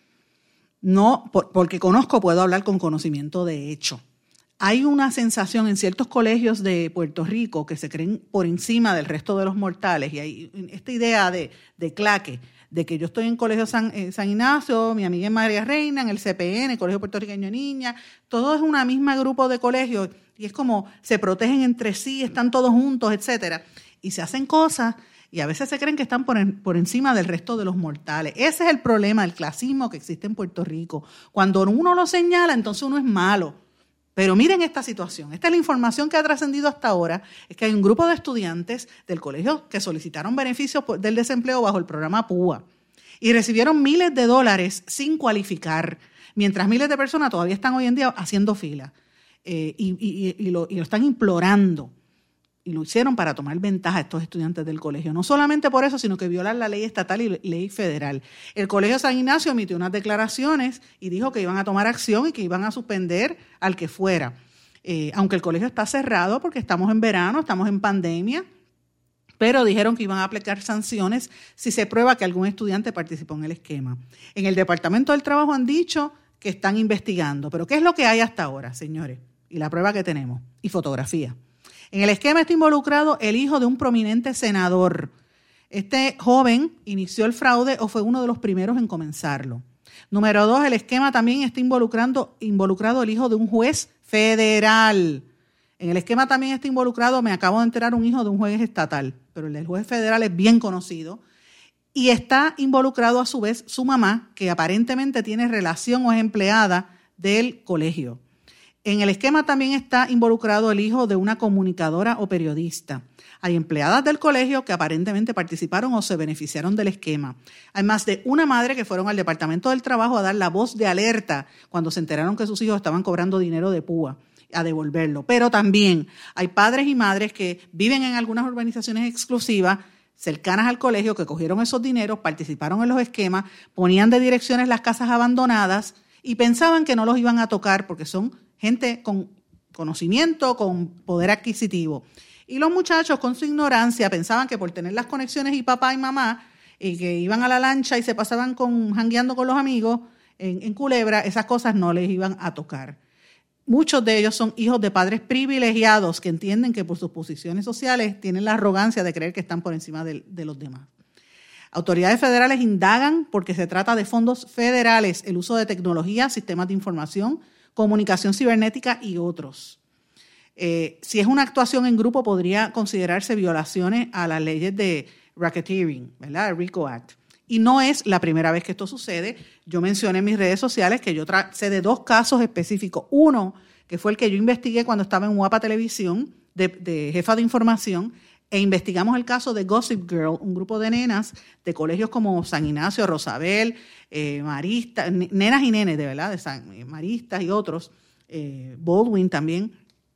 no, por, porque conozco, puedo hablar con conocimiento de hecho. Hay una sensación en ciertos colegios de Puerto Rico que se creen por encima del resto de los mortales, y hay esta idea de, de claque, de que yo estoy en Colegio San, eh, San Ignacio, mi amiga es María Reina, en el C P N, el Colegio Puertorriqueño de Niñas, todo es un mismo grupo de colegios, y es como se protegen entre sí, están todos juntos, etcétera, y se hacen cosas y a veces se creen que están por, en, por encima del resto de los mortales. Ese es el problema del clasismo que existe en Puerto Rico. Cuando uno lo señala, entonces uno es malo. Pero miren esta situación. Esta es la información que ha trascendido hasta ahora, es que hay un grupo de estudiantes del colegio que solicitaron beneficios del desempleo bajo el programa P U A y recibieron miles de dólares sin cualificar, mientras miles de personas todavía están hoy en día haciendo fila eh, y, y, y, lo, y lo están implorando. Y lo hicieron para tomar ventaja a estos estudiantes del colegio. No solamente por eso, sino que violan la ley estatal y ley federal. El Colegio San Ignacio emitió unas declaraciones y dijo que iban a tomar acción y que iban a suspender al que fuera. Eh, aunque el colegio está cerrado porque estamos en verano, estamos en pandemia, pero dijeron que iban a aplicar sanciones si se prueba que algún estudiante participó en el esquema. En el Departamento del Trabajo han dicho que están investigando. Pero ¿qué es lo que hay hasta ahora, señores? Y la prueba que tenemos. Y fotografía. En el esquema está involucrado el hijo de un prominente senador. Este joven inició el fraude o fue uno de los primeros en comenzarlo. Número dos, el esquema también está involucrando, involucrado el hijo de un juez federal. En el esquema también está involucrado, me acabo de enterar, un hijo de un juez estatal, pero el del juez federal es bien conocido. Y está involucrado a su vez su mamá, que aparentemente tiene relación o es empleada del colegio. En el esquema también está involucrado el hijo de una comunicadora o periodista. Hay empleadas del colegio que aparentemente participaron o se beneficiaron del esquema. Hay más de una madre que fueron al Departamento del Trabajo a dar la voz de alerta cuando se enteraron que sus hijos estaban cobrando dinero de P U A, a devolverlo. Pero también hay padres y madres que viven en algunas urbanizaciones exclusivas cercanas al colegio que cogieron esos dineros, participaron en los esquemas, ponían de direcciones las casas abandonadas y pensaban que no los iban a tocar porque son gente con conocimiento, con poder adquisitivo. Y los muchachos, con su ignorancia, pensaban que por tener las conexiones y papá y mamá, y que iban a la lancha y se pasaban con, jangueando con los amigos en, en Culebra, esas cosas no les iban a tocar. Muchos de ellos son hijos de padres privilegiados que entienden que por sus posiciones sociales tienen la arrogancia de creer que están por encima de, de los demás. Autoridades federales indagan porque se trata de fondos federales, el uso de tecnología, sistemas de información, comunicación cibernética y otros. Eh, si es una actuación en grupo, podría considerarse violaciones a las leyes de racketeering, ¿verdad? El RICO Act. Y no es la primera vez que esto sucede. Yo mencioné en mis redes sociales que yo tra- sé de dos casos específicos. Uno, que fue el que yo investigué cuando estaba en Guapa Televisión, de, de jefa de información, e investigamos el caso de Gossip Girl, un grupo de nenas de colegios como San Ignacio, Rosabel, eh, Marista, nenas y nenes, de verdad, de San eh, Maristas y otros, eh, Baldwin también,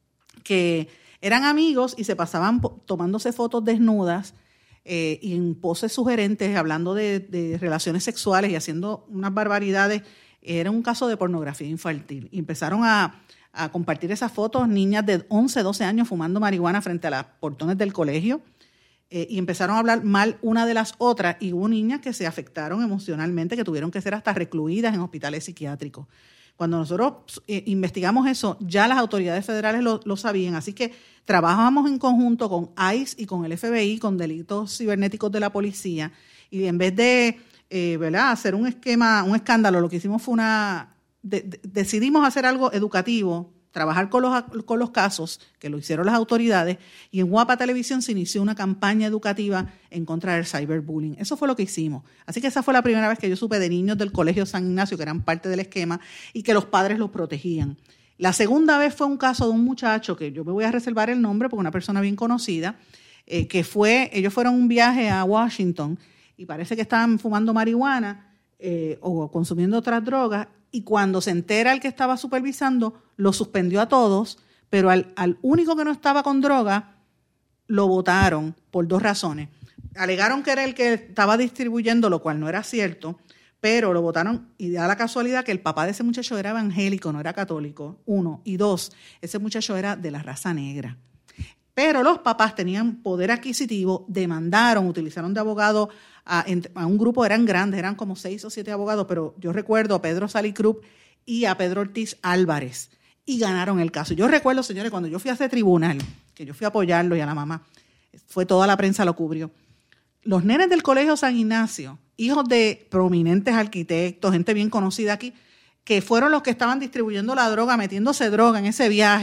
que eran amigos y se pasaban po- tomándose fotos desnudas eh, y en poses sugerentes, hablando de, de relaciones sexuales y haciendo unas barbaridades. Era un caso de pornografía infantil. Y empezaron a a compartir esas fotos, niñas de once, doce años fumando marihuana frente a los portones del colegio, eh, y empezaron a hablar mal una de las otras, y hubo niñas que se afectaron emocionalmente, que tuvieron que ser hasta recluidas en hospitales psiquiátricos. Cuando nosotros eh, investigamos eso, ya las autoridades federales lo, lo sabían, así que trabajamos en conjunto con I C E y con el F B I, con delitos cibernéticos de la policía, y en vez de eh, ¿verdad? hacer un esquema, un escándalo, lo que hicimos fue una... De, de, decidimos hacer algo educativo, trabajar con los, con los casos, que lo hicieron las autoridades, y en Guapa Televisión se inició una campaña educativa en contra del cyberbullying. Eso fue lo que hicimos. Así que esa fue la primera vez que yo supe de niños del Colegio San Ignacio que eran parte del esquema y que los padres los protegían. La segunda vez fue un caso de un muchacho, que yo me voy a reservar el nombre porque una persona bien conocida, eh, que fue, ellos fueron un viaje a Washington y parece que estaban fumando marihuana eh, o consumiendo otras drogas, y cuando se entera el que estaba supervisando, lo suspendió a todos, pero al, al único que no estaba con droga, lo votaron por dos razones. Alegaron que era el que estaba distribuyendo, lo cual no era cierto, pero lo votaron, y da la casualidad que el papá de ese muchacho era evangélico, no era católico, uno. Y dos, ese muchacho era de la raza negra. Pero los papás tenían poder adquisitivo, demandaron, utilizaron de abogado a, a un grupo, eran grandes, eran como seis o siete abogados, pero yo recuerdo a Pedro Salicrup y a Pedro Ortiz Álvarez, y ganaron el caso. Yo recuerdo, señores, cuando yo fui a ese tribunal, que yo fui a apoyarlo y a la mamá, fue toda la prensa lo cubrió. Los nenes del Colegio San Ignacio, hijos de prominentes arquitectos, gente bien conocida aquí, que fueron los que estaban distribuyendo la droga, metiéndose droga en ese viaje,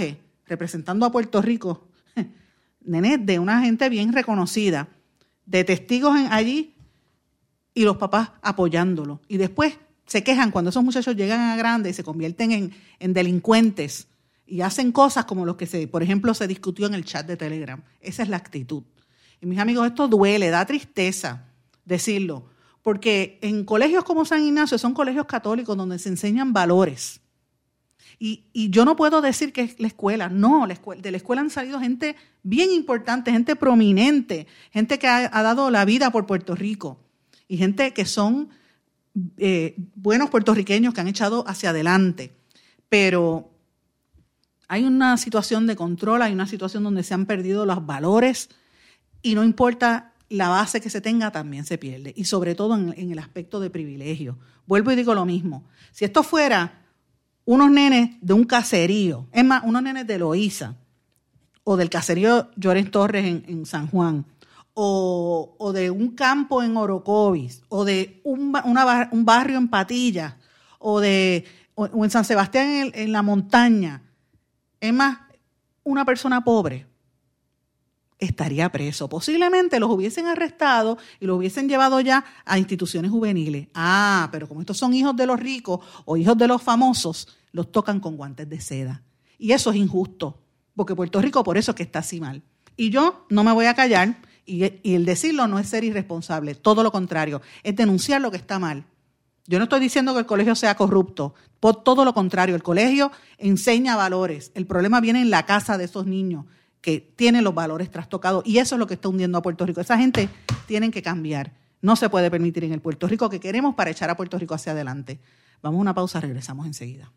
representando a Puerto Rico, nenes de una gente bien reconocida, de testigos en, allí y los papás apoyándolo. Y después se quejan cuando esos muchachos llegan a grande y se convierten en, en delincuentes y hacen cosas como los que, se, por ejemplo, se discutió en el chat de Telegram. Esa es la actitud. Y mis amigos, esto duele, da tristeza decirlo, porque en colegios como San Ignacio son colegios católicos donde se enseñan valores. Y, y yo no puedo decir que es la escuela, no, la escuela, de la escuela han salido gente bien importante, gente prominente, gente que ha, ha dado la vida por Puerto Rico y gente que son eh, buenos puertorriqueños que han echado hacia adelante. Pero hay una situación de control, hay una situación donde se han perdido los valores y no importa la base que se tenga, también se pierde. Y sobre todo en, en el aspecto de privilegio. Vuelvo y digo lo mismo. Si esto fuera unos nenes de un caserío, es más, unos nenes de Loíza, o del caserío Llorens Torres en, en San Juan, o, o de un campo en Orocovis, o de un, una, un barrio en Patillas, o, de, o, o en San Sebastián en, en la montaña, es más, una persona pobre estaría preso. Posiblemente los hubiesen arrestado y los hubiesen llevado ya a instituciones juveniles. Ah, pero como estos son hijos de los ricos o hijos de los famosos, los tocan con guantes de seda. Y eso es injusto, porque Puerto Rico por eso es que está así mal. Y yo no me voy a callar, y, y el decirlo no es ser irresponsable, todo lo contrario, es denunciar lo que está mal. Yo no estoy diciendo que el colegio sea corrupto, por todo lo contrario, el colegio enseña valores. El problema viene en la casa de esos niños, que tienen los valores trastocados, y eso es lo que está hundiendo a Puerto Rico. Esa gente tiene que cambiar. No se puede permitir en el Puerto Rico que queremos para echar a Puerto Rico hacia adelante. Vamos a una pausa, regresamos enseguida.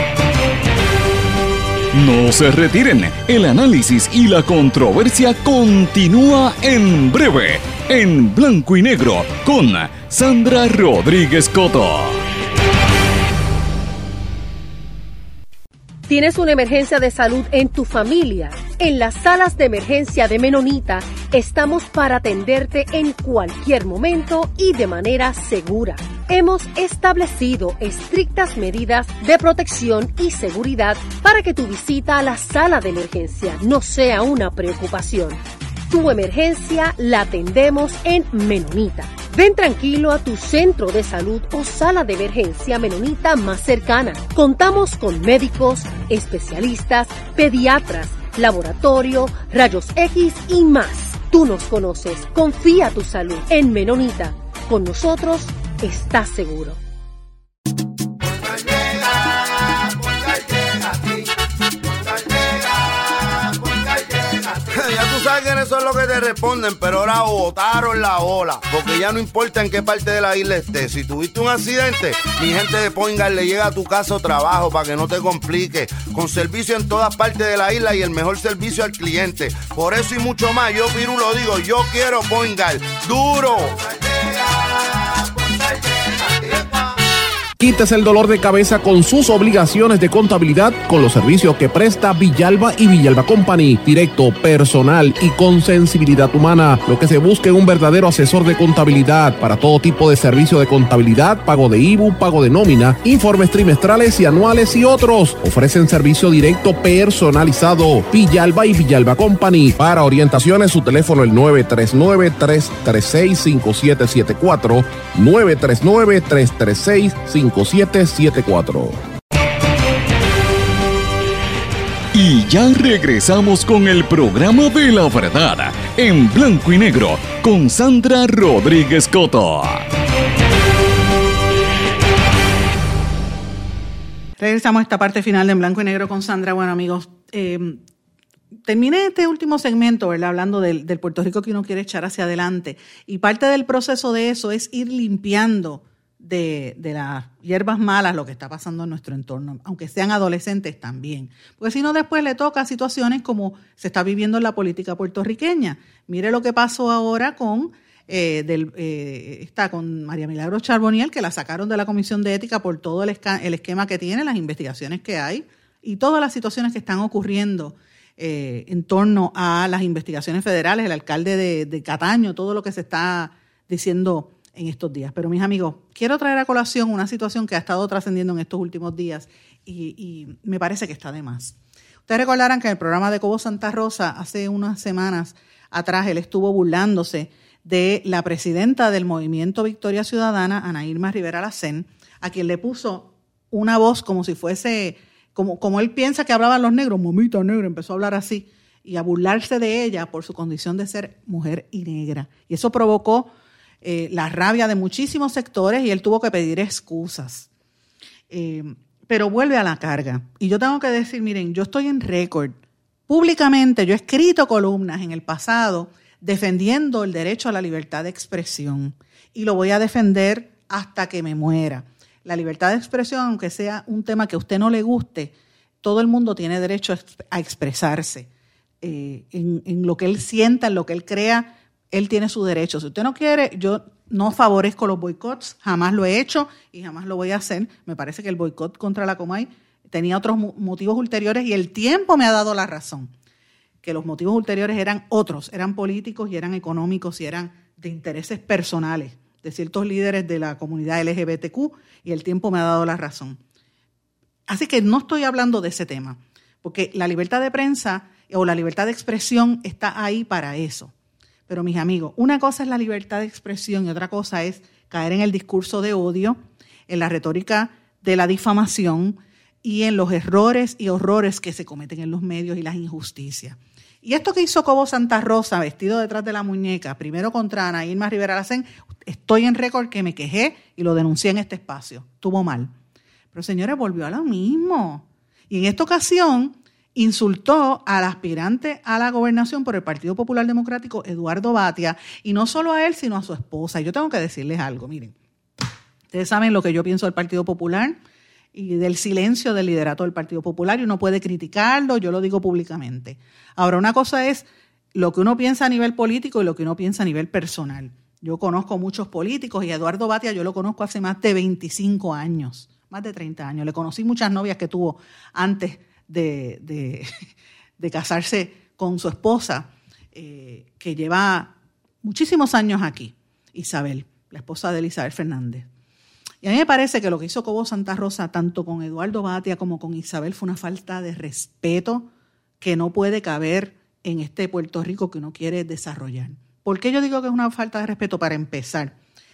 No se retiren, el análisis y la controversia continúa en breve, en Blanco y Negro, con Sandra Rodríguez Coto. ¿Tienes una emergencia de salud en tu familia? En las salas de emergencia de Menonita estamos para atenderte en cualquier momento y de manera segura. Hemos establecido estrictas medidas de protección y seguridad para que tu visita a la sala de emergencia no sea una preocupación. Tu emergencia la atendemos en Menonita. Ven tranquilo a tu centro de salud o sala de emergencia Menonita más cercana. Contamos con médicos, especialistas, pediatras, laboratorio, rayos X y más. Tú nos conoces. Confía tu salud en Menonita. Con nosotros estás seguro. Ya tú sabes que eso es lo que te responden, pero ahora botaron la ola, porque ya no importa en qué parte de la isla estés. Si tuviste un accidente, mi gente de Poingal le llega a tu casa o trabajo para que no te complique, con servicio en todas partes de la isla y el mejor servicio al cliente. Por eso y mucho más, yo Piru lo digo, yo quiero Poingal, duro. Quítese el dolor de cabeza con sus obligaciones de contabilidad con los servicios que presta Villalba y Villalba Company. Directo, personal y con sensibilidad humana. Lo que se busca es un verdadero asesor de contabilidad para todo tipo de servicio de contabilidad, pago de I B U, pago de nómina, informes trimestrales y anuales y otros. Ofrecen servicio directo personalizado. Villalba y Villalba Company. Para orientaciones, su teléfono el nueve tres nueve, tres tres seis, cinco siete siete cuatro, nueve tres nueve, tres tres seis, cinco siete siete cuatro. Y ya regresamos con el programa de la verdad, en Blanco y Negro, con Sandra Rodríguez Coto. Regresamos a esta parte final de En Blanco y Negro con Sandra. Bueno, amigos, eh, terminé este último segmento, ¿verdad?, hablando del, del Puerto Rico que uno quiere echar hacia adelante. Y parte del proceso de eso es ir limpiando de, de las hierbas malas lo que está pasando en nuestro entorno, aunque sean adolescentes también. Porque si no, después le toca situaciones como se está viviendo en la política puertorriqueña. Mire lo que pasó ahora con, eh, del, eh, está con María Milagros Charboniel, que la sacaron de la Comisión de Ética por todo el, esca- el esquema que tiene, las investigaciones que hay y todas las situaciones que están ocurriendo eh, en torno a las investigaciones federales, el alcalde de, de Cataño, todo lo que se está diciendo en estos días. Pero mis amigos, quiero traer a colación una situación que ha estado trascendiendo en estos últimos días y, y me parece que está de más. Ustedes recordarán que en el programa de Cobo Santa Rosa, hace unas semanas atrás, él estuvo burlándose de la presidenta del Movimiento Victoria Ciudadana, Ana Irma Rivera Lacén, a quien le puso una voz como si fuese, como, como él piensa que hablaban los negros, momita negra, empezó a hablar así, y a burlarse de ella por su condición de ser mujer y negra. Y eso provocó eh, la rabia de muchísimos sectores y él tuvo que pedir excusas. Eh, pero vuelve a la carga. Y yo tengo que decir, miren, yo estoy en récord. Públicamente yo he escrito columnas en el pasado defendiendo el derecho a la libertad de expresión. Y lo voy a defender hasta que me muera. La libertad de expresión, aunque sea un tema que a usted no le guste, todo el mundo tiene derecho a expresarse. Eh, en, en lo que él sienta, en lo que él crea, él tiene su derecho. Si usted no quiere, yo no favorezco los boicots, jamás lo he hecho y jamás lo voy a hacer. Me parece que el boicot contra la Comay tenía otros motivos ulteriores y el tiempo me ha dado la razón, que los motivos ulteriores eran otros, eran políticos y eran económicos y eran de intereses personales de ciertos líderes de la comunidad L G B T Q y el tiempo me ha dado la razón. Así que no estoy hablando de ese tema, porque la libertad de prensa o la libertad de expresión está ahí para eso. Pero mis amigos, una cosa es la libertad de expresión y otra cosa es caer en el discurso de odio, en la retórica de la difamación y en los errores y horrores que se cometen en los medios y las injusticias. Y esto que hizo Cobo Santa Rosa, vestido detrás de la muñeca, primero contra Ana Irma Rivera Lacén, estoy en récord que me quejé y lo denuncié en este espacio. Estuvo mal. Pero señores, volvió a lo mismo. Y en esta ocasión insultó al aspirante a la gobernación por el Partido Popular Democrático, Eduardo Batia, y no solo a él, sino a su esposa. Y yo tengo que decirles algo, miren. Ustedes saben lo que yo pienso del Partido Popular y del silencio del liderato del Partido Popular, y uno puede criticarlo, yo lo digo públicamente. Ahora, una cosa es lo que uno piensa a nivel político y lo que uno piensa a nivel personal. Yo conozco muchos políticos y a Eduardo Batia yo lo conozco hace más de veinticinco años, más de treinta años. Le conocí muchas novias que tuvo antes de, de, de casarse con su esposa, eh, que lleva muchísimos años aquí, Isabel, la esposa de Isabel Fernández. Y a mí me parece que lo que hizo Cobo Santa Rosa, tanto con Eduardo Batia como con Isabel, fue una falta de respeto que no puede caber en este Puerto Rico que uno quiere desarrollar. ¿Por qué yo digo que es una falta de respeto? Para empezar,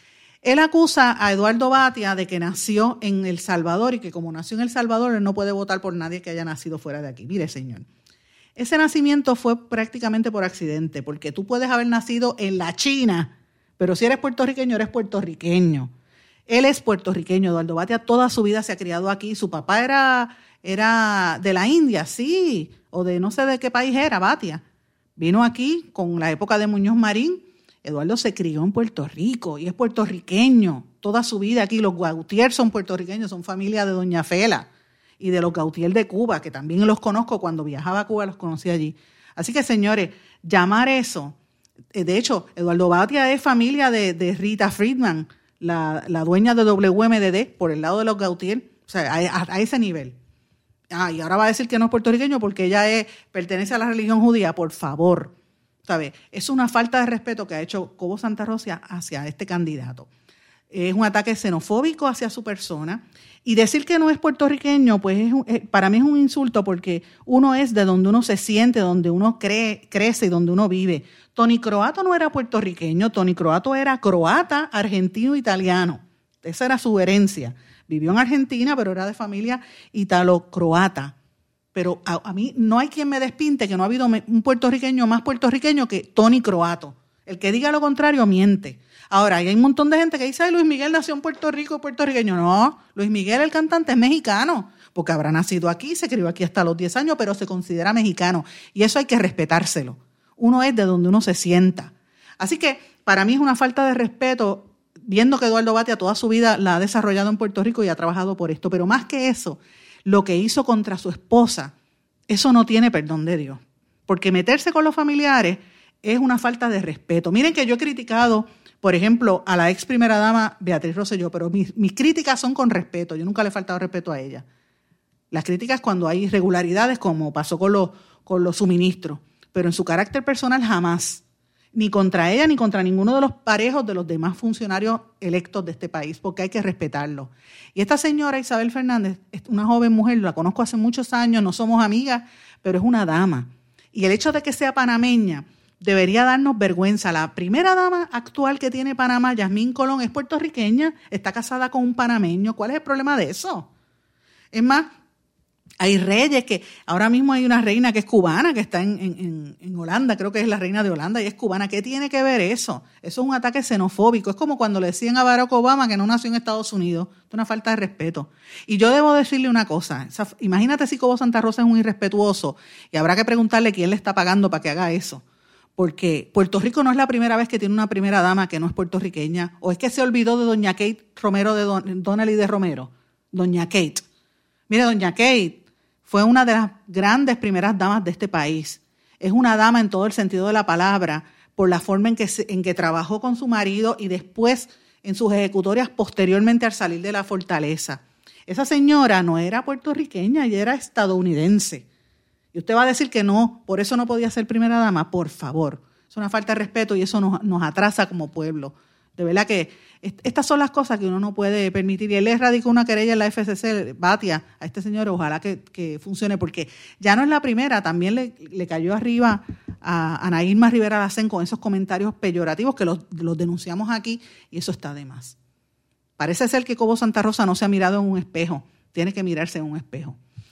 él acusa a Eduardo Batia de que nació en El Salvador y que como nació en El Salvador, él no puede votar por nadie que haya nacido fuera de aquí. Mire, señor, ese nacimiento fue prácticamente por accidente, porque tú puedes haber nacido en la China, pero si eres puertorriqueño, eres puertorriqueño. Él es puertorriqueño, Eduardo Batia toda su vida se ha criado aquí. Su papá era, era de la India, sí, o de no sé de qué país era, Batia. Vino aquí con la época de Muñoz Marín. Eduardo se crió en Puerto Rico y es puertorriqueño. Toda su vida aquí, los Gautier son puertorriqueños, son familia de Doña Fela y de los Gautier de Cuba, que también los conozco, cuando viajaba a Cuba los conocí allí. Así que, señores, llamar eso, de hecho, Eduardo Batia es familia de, de Rita Friedman, La, la dueña de W M D D, por el lado de los Gautier, o sea, a, a, a ese nivel. Ah, y ahora va a decir que no es puertorriqueño porque ella es, pertenece a la religión judía, por favor. ¿Sabe? Es una falta de respeto que ha hecho Cobo Santa Rosa hacia este candidato. Es un ataque xenofóbico hacia su persona. Y decir que no es puertorriqueño, pues es un, es, para mí es un insulto, porque uno es de donde uno se siente, donde uno cree, crece y donde uno vive. Tony Croato no era puertorriqueño, Tony Croato era croata, argentino, italiano. Esa era su herencia. Vivió en Argentina, pero era de familia italo-croata. Pero a, a mí no hay quien me despinte que no ha habido un puertorriqueño más puertorriqueño que Tony Croato. El que diga lo contrario miente. Ahora, hay un montón de gente que dice, ay, Luis Miguel nació en Puerto Rico, puertorriqueño. No, Luis Miguel, el cantante, es mexicano, porque habrá nacido aquí, se crió aquí hasta los diez años, pero se considera mexicano. Y eso hay que respetárselo. Uno es de donde uno se sienta. Así que para mí es una falta de respeto, viendo que Eduardo Batia toda su vida la ha desarrollado en Puerto Rico y ha trabajado por esto. Pero más que eso, lo que hizo contra su esposa, eso no tiene perdón de Dios. Porque meterse con los familiares es una falta de respeto. Miren que yo he criticado, por ejemplo, a la ex primera dama Beatriz Rosselló, pero mis, mis críticas son con respeto. Yo nunca le he faltado respeto a ella. Las críticas cuando hay irregularidades, como pasó con los, con los suministros. Pero en su carácter personal jamás. ni contra ella ni contra ninguno de los parejos de los demás funcionarios electos de este país, porque hay que respetarlo. Y esta señora Isabel Fernández es una joven mujer, la conozco hace muchos años, no somos amigas, pero es una dama. Y el hecho de que sea panameña debería darnos vergüenza. La primera dama actual que tiene Panamá, Yasmín Colón, es puertorriqueña, está casada con un panameño. ¿Cuál es el problema de eso? Es más, hay reyes que, ahora mismo hay una reina que es cubana, que está en, en, en Holanda, creo que es la reina de Holanda y es cubana. ¿Qué tiene que ver eso? Eso es un ataque xenofóbico. Es como cuando le decían a Barack Obama que no nació en Estados Unidos. Es una falta de respeto. Y yo debo decirle una cosa. Esa, imagínate si Cobo Santa Rosa es un irrespetuoso y habrá que preguntarle quién le está pagando para que haga eso. Porque Puerto Rico no es la primera vez que tiene una primera dama que no es puertorriqueña. O es que se olvidó de doña Kate Romero de Don, Donnelly de Romero. Doña Kate. Mire, doña Kate fue una de las grandes primeras damas de este país. Es una dama en todo el sentido de la palabra, por la forma en que, se, en que trabajó con su marido y después en sus ejecutorias posteriormente al salir de la fortaleza. Esa señora no era puertorriqueña, ella era estadounidense. Y usted va a decir que no, por eso no podía ser primera dama. Por favor, es una falta de respeto y eso nos, nos atrasa como pueblo. De verdad que estas son las cosas que uno no puede permitir. Y él le radicó una querella en la F C C, Batia, a este señor, ojalá que, que funcione, porque ya no es la primera, también le, le cayó arriba a Ana Irma Rivera Lacén con esos comentarios peyorativos que los, los denunciamos aquí y eso está de más. Parece ser que Cobo Santa Rosa no se ha mirado en un espejo, tiene que mirarse en un espejo.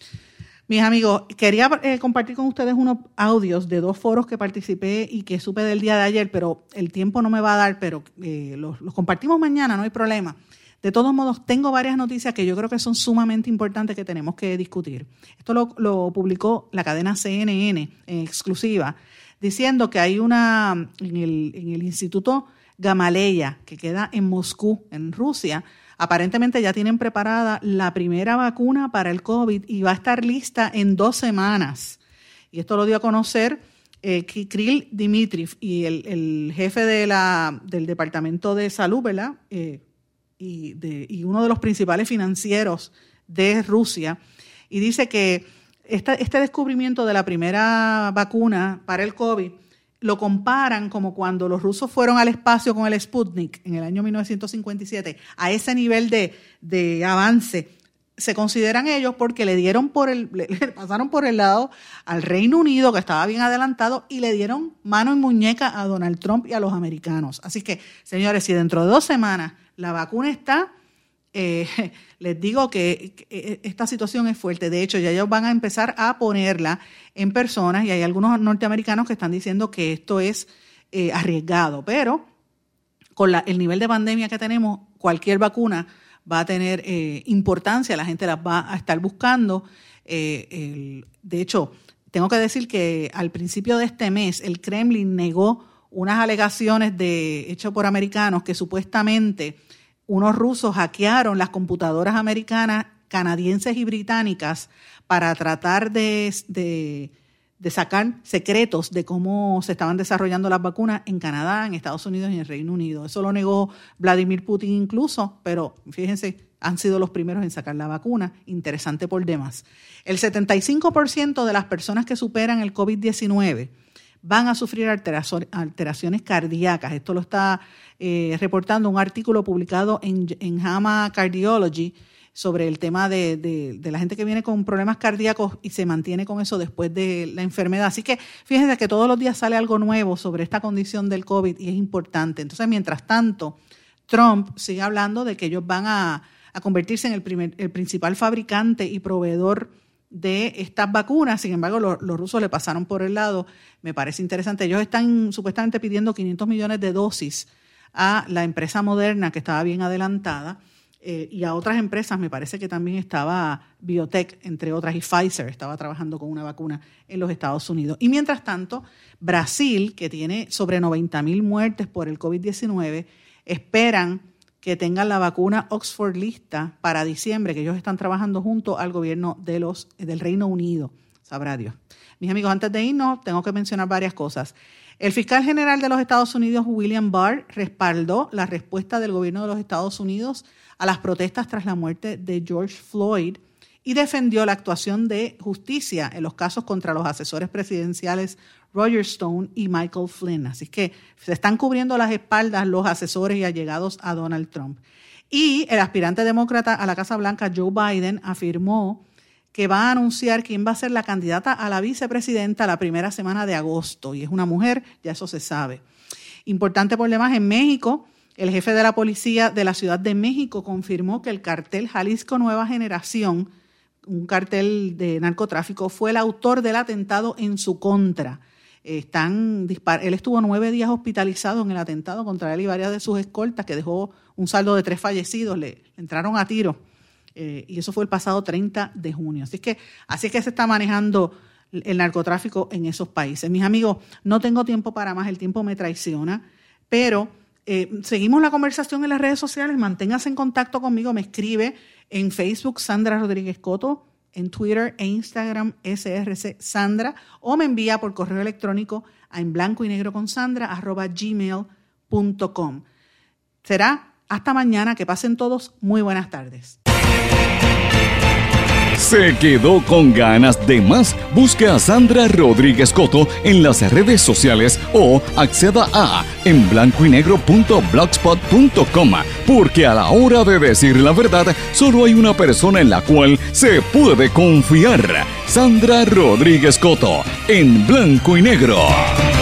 Mis amigos, quería eh, compartir con ustedes unos audios de dos foros que participé y que supe del día de ayer, pero el tiempo no me va a dar, pero eh, los, los compartimos mañana, no hay problema. De todos modos, tengo varias noticias que yo creo que son sumamente importantes que tenemos que discutir. Esto lo, lo publicó la cadena C N N en exclusiva, diciendo que hay una, en el, en el Instituto Gamaleya, que queda en Moscú, en Rusia, aparentemente ya tienen preparada la primera vacuna para el COVID y va a estar lista en dos semanas. Y esto lo dio a conocer eh, Kirill Dmitriev y el, el jefe de la, del Departamento de Salud, ¿verdad? Eh, y, de, y uno de los principales financieros de Rusia. Y dice que esta, este descubrimiento de la primera vacuna para el COVID lo comparan como cuando los rusos fueron al espacio con el Sputnik en el año mil novecientos cincuenta y siete. A ese nivel de, de avance se consideran ellos porque le dieron por el, le, le pasaron por el lado al Reino Unido, que estaba bien adelantado, y le dieron mano y muñeca a Donald Trump y a los americanos. Así que, señores, si dentro de dos semanas la vacuna está, eh, les digo que, que esta situación es fuerte. De hecho, ya ellos van a empezar a ponerla en personas y hay algunos norteamericanos que están diciendo que esto es eh, arriesgado, pero con la, el nivel de pandemia que tenemos, cualquier vacuna va a tener eh, importancia, la gente las va a estar buscando. Eh, el, de hecho, tengo que decir que al principio de este mes el Kremlin negó unas alegaciones de hechas por americanos que supuestamente unos rusos hackearon las computadoras americanas, canadienses y británicas para tratar de, de, de sacar secretos de cómo se estaban desarrollando las vacunas en Canadá, en Estados Unidos y en el Reino Unido. Eso lo negó Vladimir Putin incluso, pero fíjense, han sido los primeros en sacar la vacuna. Interesante por demás. El setenta y cinco por ciento de las personas que superan el COVID diecinueve van a sufrir alteraciones cardíacas. Esto lo está eh, reportando un artículo publicado en, en JAMA Cardiology sobre el tema de, de, de la gente que viene con problemas cardíacos y se mantiene con eso después de la enfermedad. Así que fíjense que todos los días sale algo nuevo sobre esta condición del COVID y es importante. Entonces, mientras tanto, Trump sigue hablando de que ellos van a, a convertirse en el, primer, el principal fabricante y proveedor de estas vacunas. Sin embargo, los, los rusos le pasaron por el lado. Me parece interesante. Ellos están supuestamente pidiendo quinientos millones de dosis a la empresa Moderna, que estaba bien adelantada, eh, y a otras empresas. Me parece que también estaba Biotech, entre otras, y Pfizer estaba trabajando con una vacuna en los Estados Unidos. Y mientras tanto, Brasil, que tiene sobre noventa mil muertes por el COVID diecinueve, esperan que tengan la vacuna Oxford lista para diciembre, que ellos están trabajando junto al gobierno de los, del Reino Unido. Sabrá Dios. Mis amigos, antes de irnos, tengo que mencionar varias cosas. El fiscal general de los Estados Unidos, William Barr, respaldó la respuesta del gobierno de los Estados Unidos a las protestas tras la muerte de George Floyd y defendió la actuación de justicia en los casos contra los asesores presidenciales Roger Stone y Michael Flynn. Así que se están cubriendo las espaldas los asesores y allegados a Donald Trump. Y el aspirante demócrata a la Casa Blanca, Joe Biden, afirmó que va a anunciar quién va a ser la candidata a la vicepresidenta la primera semana de agosto. Y es una mujer, ya eso se sabe. Importante por demás, en México, el jefe de la policía de la Ciudad de México confirmó que el cartel Jalisco Nueva Generación, un cartel de narcotráfico, fue el autor del atentado en su contra. Están dispar- él estuvo nueve días hospitalizado en el atentado contra él y varias de sus escoltas, que dejó un saldo de tres fallecidos, le, le entraron a tiro, eh, y eso fue el pasado treinta de junio. Así que así es que se está manejando el narcotráfico en esos países. Mis amigos, no tengo tiempo para más, el tiempo me traiciona, pero eh, seguimos la conversación en las redes sociales, manténgase en contacto conmigo, me escribe en Facebook Sandra Rodríguez Coto, en Twitter e Instagram S R C Sandra, o me envía por correo electrónico a en blanco y negro con Sandra arroba gmail punto com. Será hasta mañana, que pasen todos muy buenas tardes. ¿Se quedó con ganas de más? Busque a Sandra Rodríguez Coto en las redes sociales o acceda a en blanco y negro punto blogspot punto com, porque a la hora de decir la verdad, solo hay una persona en la cual se puede confiar. Sandra Rodríguez Coto, en blanco y negro.